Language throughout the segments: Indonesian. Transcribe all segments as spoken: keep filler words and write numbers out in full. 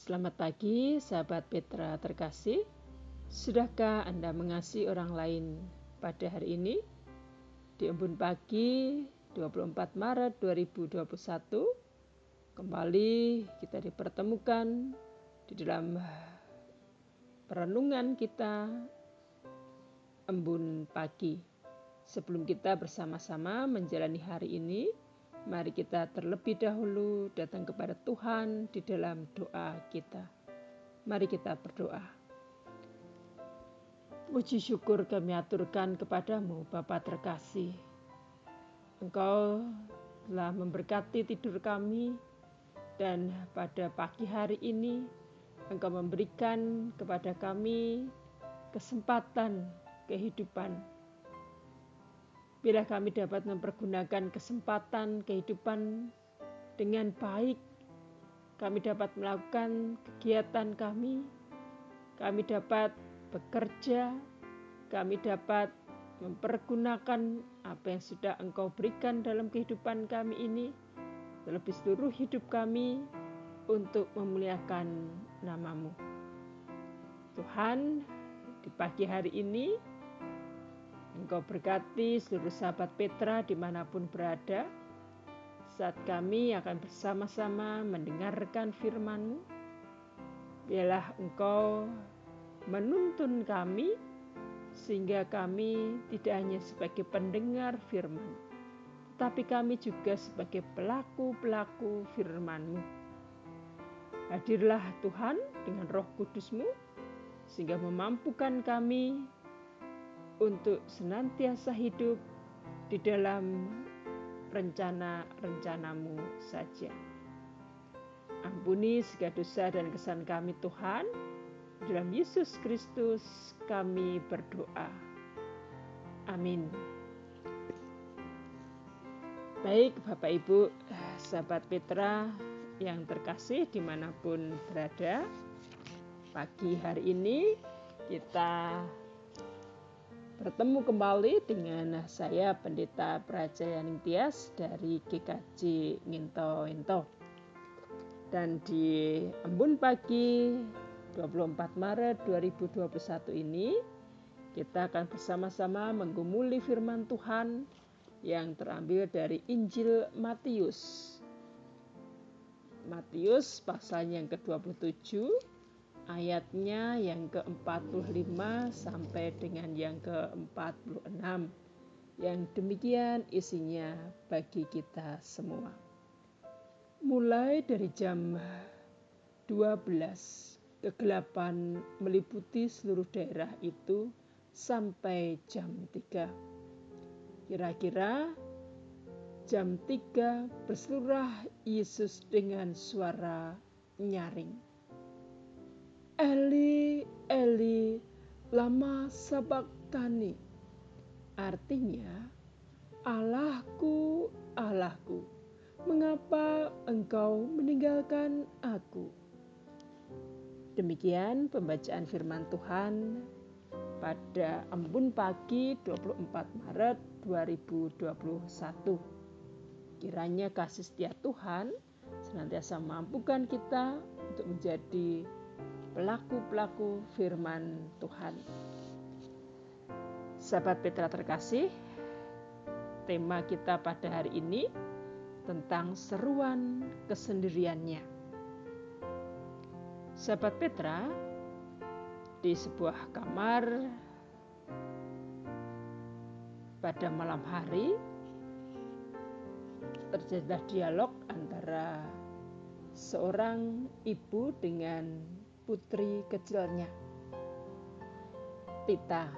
Selamat pagi, sahabat Petra terkasih. Sudahkah Anda mengasihi orang lain pada hari ini? Di embun pagi dua puluh empat Maret dua ribu dua puluh satu, kembali kita dipertemukan di dalam perenungan kita embun pagi. Sebelum kita bersama-sama menjalani hari ini, mari kita terlebih dahulu datang kepada Tuhan di dalam doa kita. Mari kita berdoa. Puji syukur kami aturkan kepadamu, Bapa terkasih. Engkau telah memberkati tidur kami, dan pada pagi hari ini Engkau memberikan kepada kami kesempatan kehidupan. Bila kami dapat mempergunakan kesempatan kehidupan dengan baik, kami dapat melakukan kegiatan kami, kami dapat bekerja, kami dapat mempergunakan apa yang sudah Engkau berikan dalam kehidupan kami ini, terlebih seluruh hidup kami untuk memuliakan nama-Mu. Tuhan, di pagi hari ini, Engkau berkati seluruh sahabat Petra dimanapun berada, saat kami akan bersama-sama mendengarkan firman-Mu. Biarlah Engkau menuntun kami, sehingga kami tidak hanya sebagai pendengar firman, tetapi kami juga sebagai pelaku-pelaku firman-Mu. Hadirlah Tuhan dengan Roh Kudus-Mu, sehingga memampukan kami untuk senantiasa hidup di dalam rencana-rencana-Mu saja. Ampuni segala dosa dan kesalahan kami Tuhan. Dalam Yesus Kristus kami berdoa. Amin. Baik Bapak Ibu, sahabat Petra yang terkasih dimanapun berada, pagi hari ini kita bertemu kembali dengan saya Pendeta Prajaya Ningtyas dari G K J Nginto Ento. Dan di embun pagi dua puluh empat Maret dua ribu dua puluh satu ini, kita akan bersama-sama menggumuli firman Tuhan yang terambil dari Injil Matius. Matius pasal yang ke dua puluh tujuh, ayatnya yang ke empat puluh lima sampai dengan yang ke empat puluh enam. Yang demikian isinya bagi kita semua. Mulai dari jam dua belas, kegelapan meliputi seluruh daerah itu sampai jam tiga. Kira-kira jam tiga berseluruh Yesus dengan suara nyaring. Eli, Eli, lama sabachthani. Artinya, Allahku, Allahku, mengapa engkau meninggalkan aku? Demikian pembacaan firman Tuhan pada embun pagi dua puluh empat Maret dua ribu dua puluh satu. Kiranya kasih setia Tuhan senantiasa mampukan kita untuk menjadi pelaku-pelaku firman Tuhan. Sahabat Petra terkasih, tema kita pada hari ini tentang seruan kesendiriannya. Sahabat Petra, di sebuah kamar pada malam hari terjadilah dialog antara seorang ibu dengan putri kecilnya, Tita.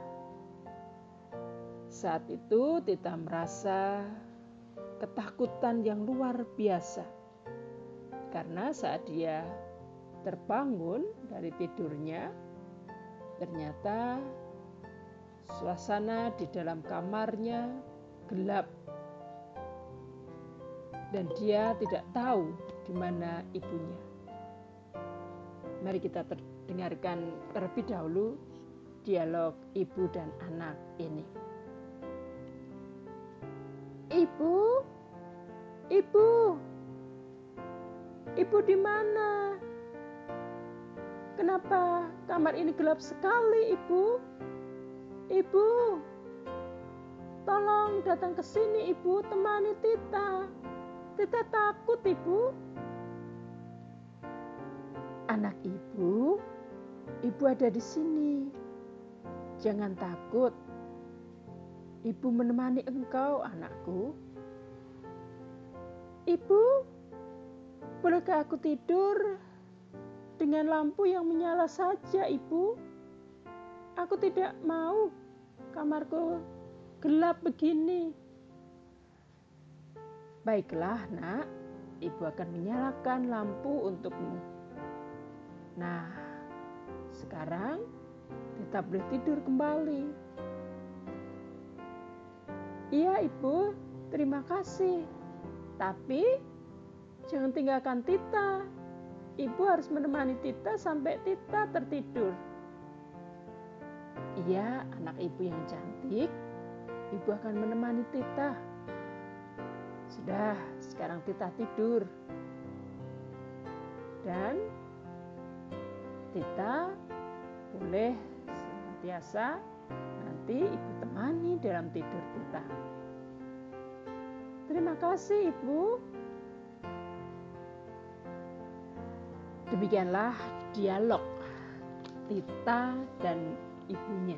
Saat itu Tita merasa ketakutan yang luar biasa, karena saat dia terbangun dari tidurnya, ternyata suasana di dalam kamarnya gelap, dan dia tidak tahu di mana ibunya. Mari kita dengarkan terlebih dahulu dialog ibu dan anak ini. Ibu, ibu, ibu di mana? Kenapa kamar ini gelap sekali, Ibu? Ibu, tolong datang ke sini, Ibu, temani Tita. Tita takut, Ibu. Anak Ibu, Ibu ada di sini. Jangan takut. Ibu menemani engkau, anakku. Ibu, bolehkah aku tidur dengan lampu yang menyala saja, Ibu? Aku tidak mau kamarku gelap begini. Baiklah, Nak. Ibu akan menyalakan lampu untukmu. Nah, sekarang Tita boleh tidur kembali. Iya, Ibu. Terima kasih. Tapi jangan tinggalkan Tita. Ibu harus menemani Tita sampai Tita tertidur. Iya, anak Ibu yang cantik. Ibu akan menemani Tita. Sudah, sekarang Tita tidur. Dan Tita boleh senantiasa nanti Ibu temani dalam tidur Tita. Terima kasih, Ibu. Demikianlah dialog Tita dan ibunya.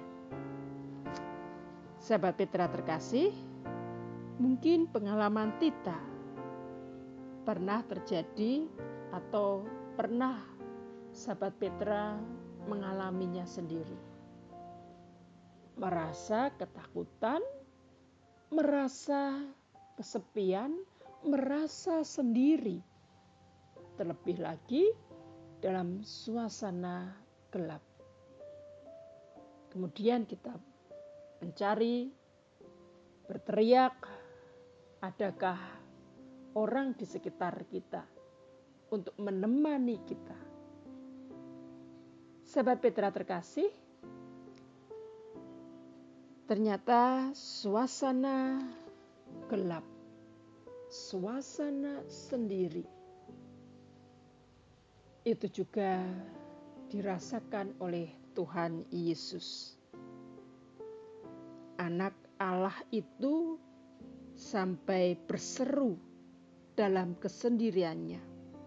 Sahabat Petra terkasih, mungkin pengalaman Tita pernah terjadi atau pernah sahabat Petra mengalaminya sendiri. Merasa ketakutan, merasa kesepian, merasa sendiri. Terlebih lagi dalam suasana gelap. Kemudian kita mencari, berteriak, adakah orang di sekitar kita untuk menemani kita? Sahabat Petra terkasih, ternyata suasana gelap, suasana sendiri, itu juga dirasakan oleh Tuhan Yesus. Anak Allah itu sampai berseru dalam kesendiriannya.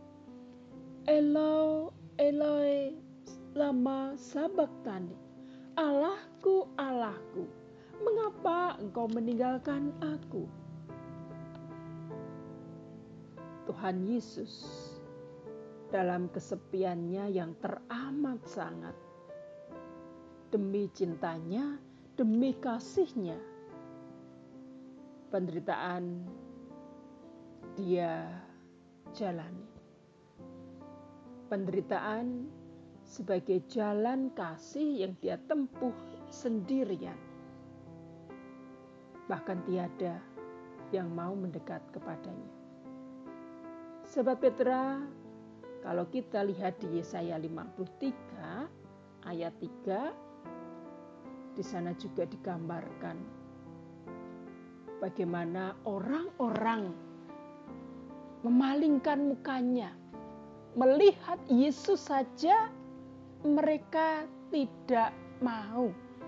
Eloi, Eloi, lama sabachthani. Allahku, Allahku, mengapa engkau meninggalkan aku? Tuhan Yesus dalam kesepiannya yang teramat sangat, demi cintanya, demi kasihnya, penderitaan dia jalani. Penderitaan sebagai jalan kasih yang dia tempuh sendirian. Bahkan tiada yang mau mendekat kepadanya. Sahabat Petra, kalau kita lihat di Yesaya lima puluh tiga ayat tiga, di sana juga digambarkan bagaimana orang-orang memalingkan mukanya, melihat Yesus saja mereka tidak mau.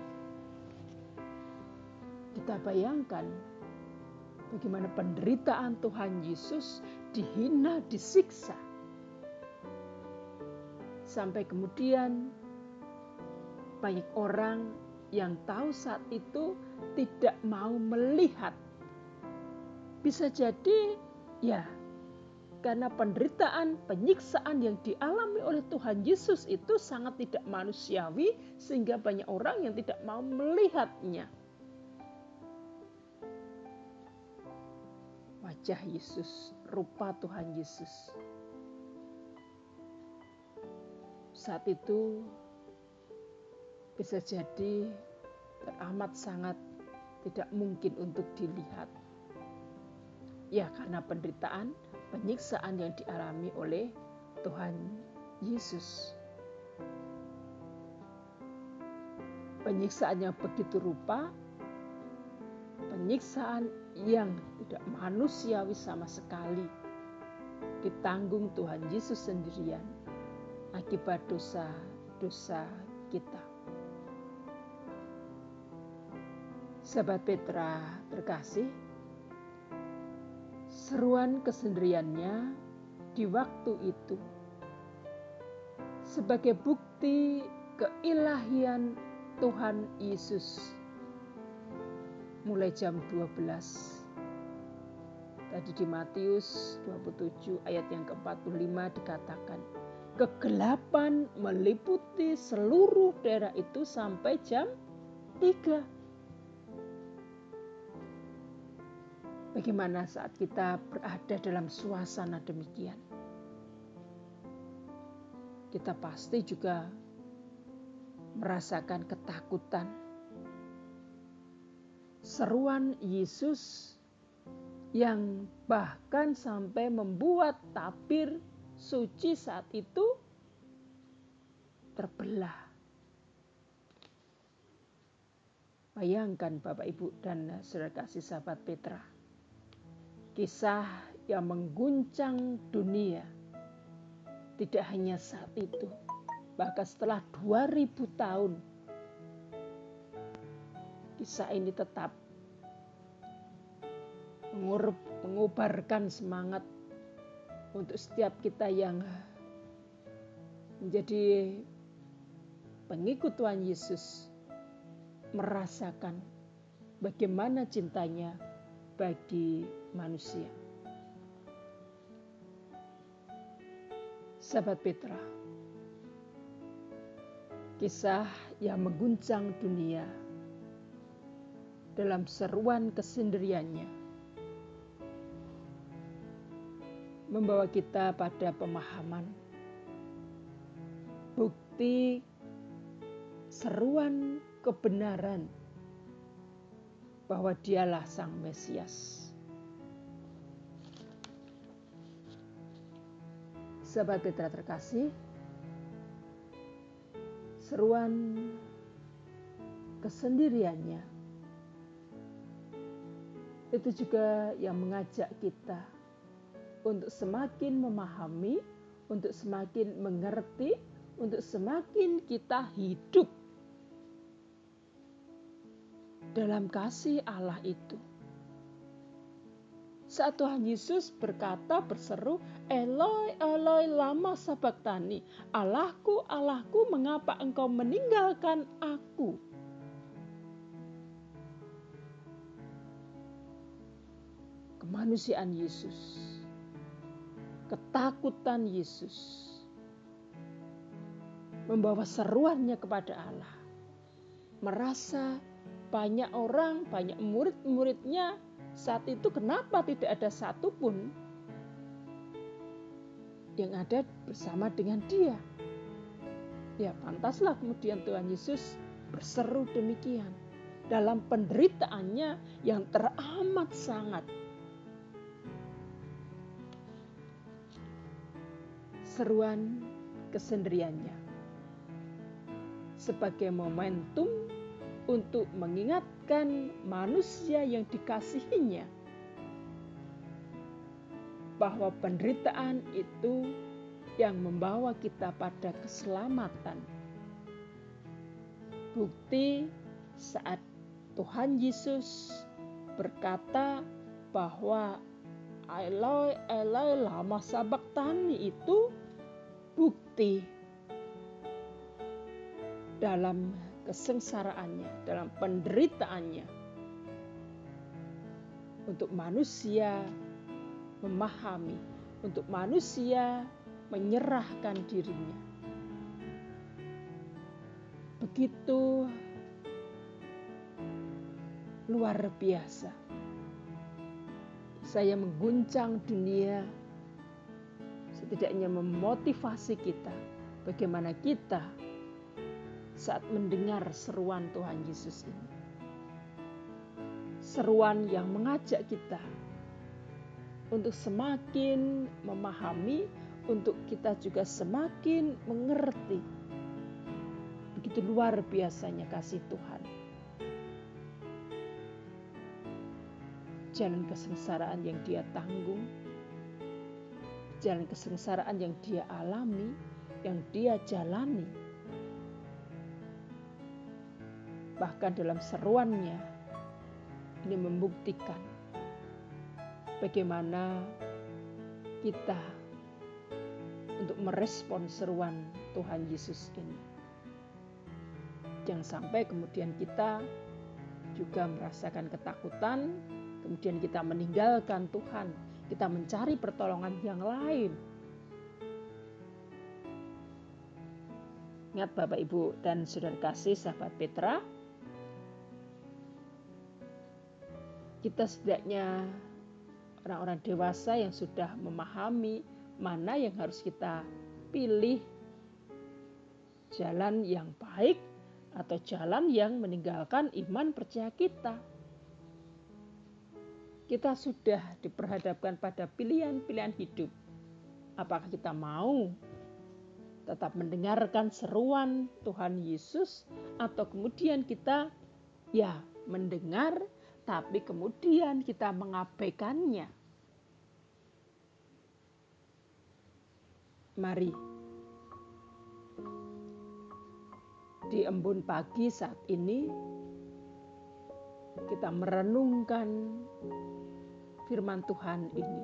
Kita bayangkan bagaimana penderitaan Tuhan Yesus dihina, disiksa. Sampai kemudian banyak orang yang tahu saat itu tidak mau melihat. Bisa jadi ya karena penderitaan, penyiksaan yang dialami oleh Tuhan Yesus itu sangat tidak manusiawi sehingga banyak orang yang tidak mau melihatnya. Wajah Yesus, rupa Tuhan Yesus. Saat itu bisa jadi teramat sangat tidak mungkin untuk dilihat. Ya karena penderitaan, penyiksaan yang dialami oleh Tuhan Yesus. Penyiksaan yang begitu rupa, penyiksaan yang tidak manusiawi sama sekali, ditanggung Tuhan Yesus sendirian akibat dosa dosa kita. Sahabat Petra terkasih, seruan kesendiriannya di waktu itu sebagai bukti keilahian Tuhan Yesus. Mulai jam dua belas. Tadi di Matius dua puluh tujuh ayat yang ke empat puluh lima dikatakan, kegelapan meliputi seluruh daerah itu sampai jam tiga. Bagaimana saat kita berada dalam suasana demikian? Kita pasti juga merasakan ketakutan. Seruan Yesus yang bahkan sampai membuat tabir suci saat itu terbelah. Bayangkan Bapak Ibu dan saudara kasih sahabat Petra. Kisah yang mengguncang dunia. Tidak hanya saat itu, bahkan setelah dua ribu tahun, kisah ini tetap mengobarkan semangat untuk setiap kita yang menjadi pengikut Tuhan Yesus, merasakan bagaimana cintanya bagi manusia. Sahabat Petra, kisah yang mengguncang dunia dalam seruan kesendiriannya membawa kita pada pemahaman bukti seruan kebenaran bahwa dialah Sang Mesias. Sahabat Petra terkasih, seruan kesendiriannya itu juga yang mengajak kita untuk semakin memahami, untuk semakin mengerti, untuk semakin kita hidup dalam kasih Allah itu. Saat Tuhan Yesus berkata, berseru, Eloi, Eloi, lama sabachthani, Allahku, Allahku, mengapa engkau meninggalkan aku? Kemanusiaan Yesus, ketakutan Yesus, membawa seruannya kepada Allah. Merasa banyak orang, banyak murid-muridnya saat itu kenapa tidak ada satupun yang ada bersama dengan dia. Ya pantaslah kemudian Tuhan Yesus berseru demikian. Dalam penderitaannya yang teramat sangat. Seruan kesendiriannya sebagai momentum untuk mengingatkan manusia yang dikasihinya bahwa penderitaan itu yang membawa kita pada keselamatan. Bukti saat Tuhan Yesus berkata bahwa Eloi, Eloi, lama sabachthani itu bukti dalam kesengsaraannya, dalam penderitaannya, untuk manusia memahami, untuk manusia menyerahkan dirinya. Begitu luar biasa. Saya mengguncang dunia, setidaknya memotivasi kita bagaimana kita saat mendengar seruan Tuhan Yesus ini. Seruan yang mengajak kita untuk semakin memahami, untuk kita juga semakin mengerti. Begitu luar biasanya kasih Tuhan. Jalan kesengsaraan yang Dia tanggung, jalan kesengsaraan yang Dia alami, yang Dia jalani, bahkan dalam seruannya ini membuktikan bagaimana kita untuk merespon seruan Tuhan Yesus ini. Jangan sampai kemudian kita juga merasakan ketakutan, kemudian kita meninggalkan Tuhan, kita mencari pertolongan yang lain. Ingat Bapak, Ibu, dan saudara kasih sahabat Petra, kita setidaknya orang-orang dewasa yang sudah memahami mana yang harus kita pilih, jalan yang baik atau jalan yang meninggalkan iman percaya kita. Kita sudah diperhadapkan pada pilihan-pilihan hidup. Apakah kita mau tetap mendengarkan seruan Tuhan Yesus, atau kemudian kita ya mendengar tapi kemudian kita mengabaikannya. Mari di embun pagi saat ini kita merenungkan firman Tuhan ini.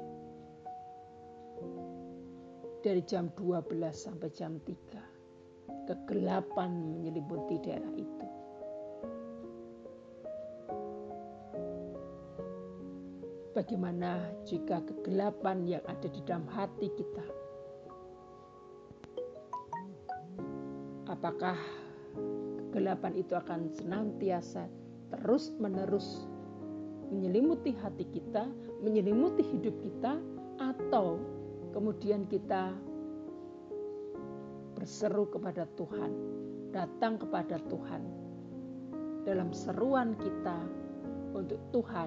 Dari jam dua belas sampai jam tiga, kegelapan menyelimuti daerah itu. Bagaimana jika kegelapan yang ada di dalam hati kita? Apakah kegelapan itu akan senantiasa terus-menerus menyelimuti hati kita, menyelimuti hidup kita, atau kemudian kita berseru kepada Tuhan, datang kepada Tuhan dalam seruan kita untuk Tuhan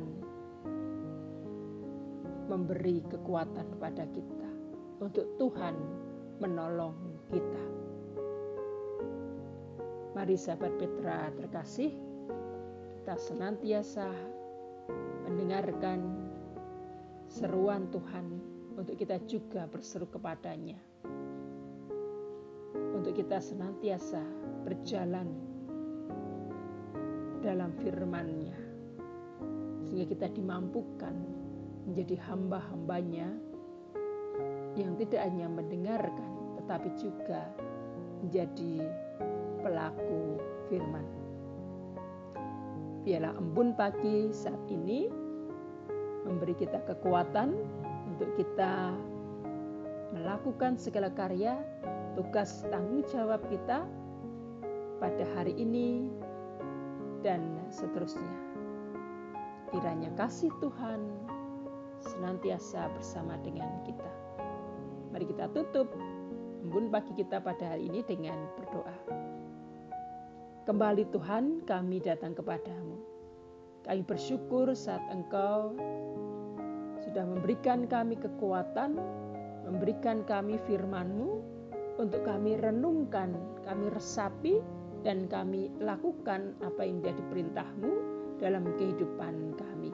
memberi kekuatan kepada kita, untuk Tuhan menolong kita. Mari sahabat Petra terkasih, kita senantiasa mendengarkan seruan Tuhan untuk kita juga berseru kepadanya. Untuk kita senantiasa berjalan dalam firman-Nya, sehingga kita dimampukan menjadi hamba-hambanya yang tidak hanya mendengarkan, tetapi juga menjadi pelaku firman. Biarlah embun pagi saat ini memberi kita kekuatan untuk kita melakukan segala karya, tugas tanggung jawab kita pada hari ini dan seterusnya. Kiranya kasih Tuhan senantiasa bersama dengan kita. Mari kita tutup embun pagi kita pada hari ini dengan berdoa. Kembali Tuhan, kami datang kepadamu. Kami bersyukur saat Engkau sudah memberikan kami kekuatan, memberikan kami firman-Mu untuk kami renungkan, kami resapi, dan kami lakukan apa yang menjadi perintah-Mu dalam kehidupan kami.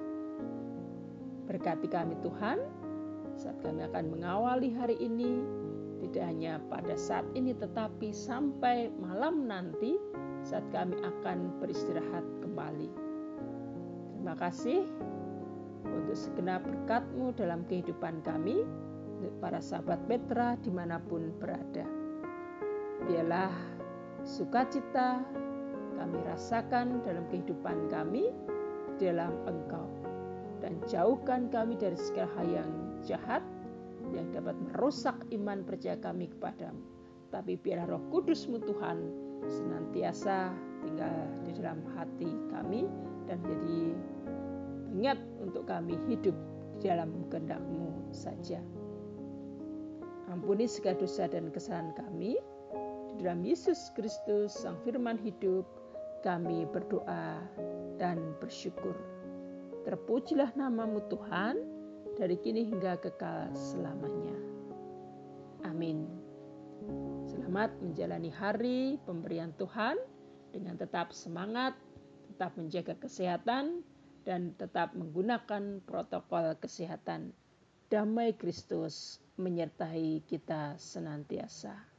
Berkati kami Tuhan, saat kami akan mengawali hari ini, tidak hanya pada saat ini tetapi sampai malam nanti saat kami akan beristirahat kembali. Terima kasih untuk segenap berkat-Mu dalam kehidupan kami, untuk para sahabat Petra dimanapun berada. Biarlah sukacita kami rasakan dalam kehidupan kami dalam Engkau, dan jauhkan kami dari segala hal yang jahat yang dapat merusak iman percaya kami kepadamu. Tapi biarlah Roh Kudus-Mu Tuhan senantiasa tinggal di dalam hati kami dan menjadi ingat untuk kami hidup di dalam kehendak-Mu saja. Ampuni segala dosa dan kesalahan kami. Di dalam Yesus Kristus, Sang Firman hidup, kami berdoa dan bersyukur. Terpujilah nama-Mu Tuhan, dari kini hingga kekal selamanya. Amin. Selamat menjalani hari pemberian Tuhan dengan tetap semangat, tetap menjaga kesehatan, dan tetap menggunakan protokol kesehatan. Damai Kristus menyertai kita senantiasa.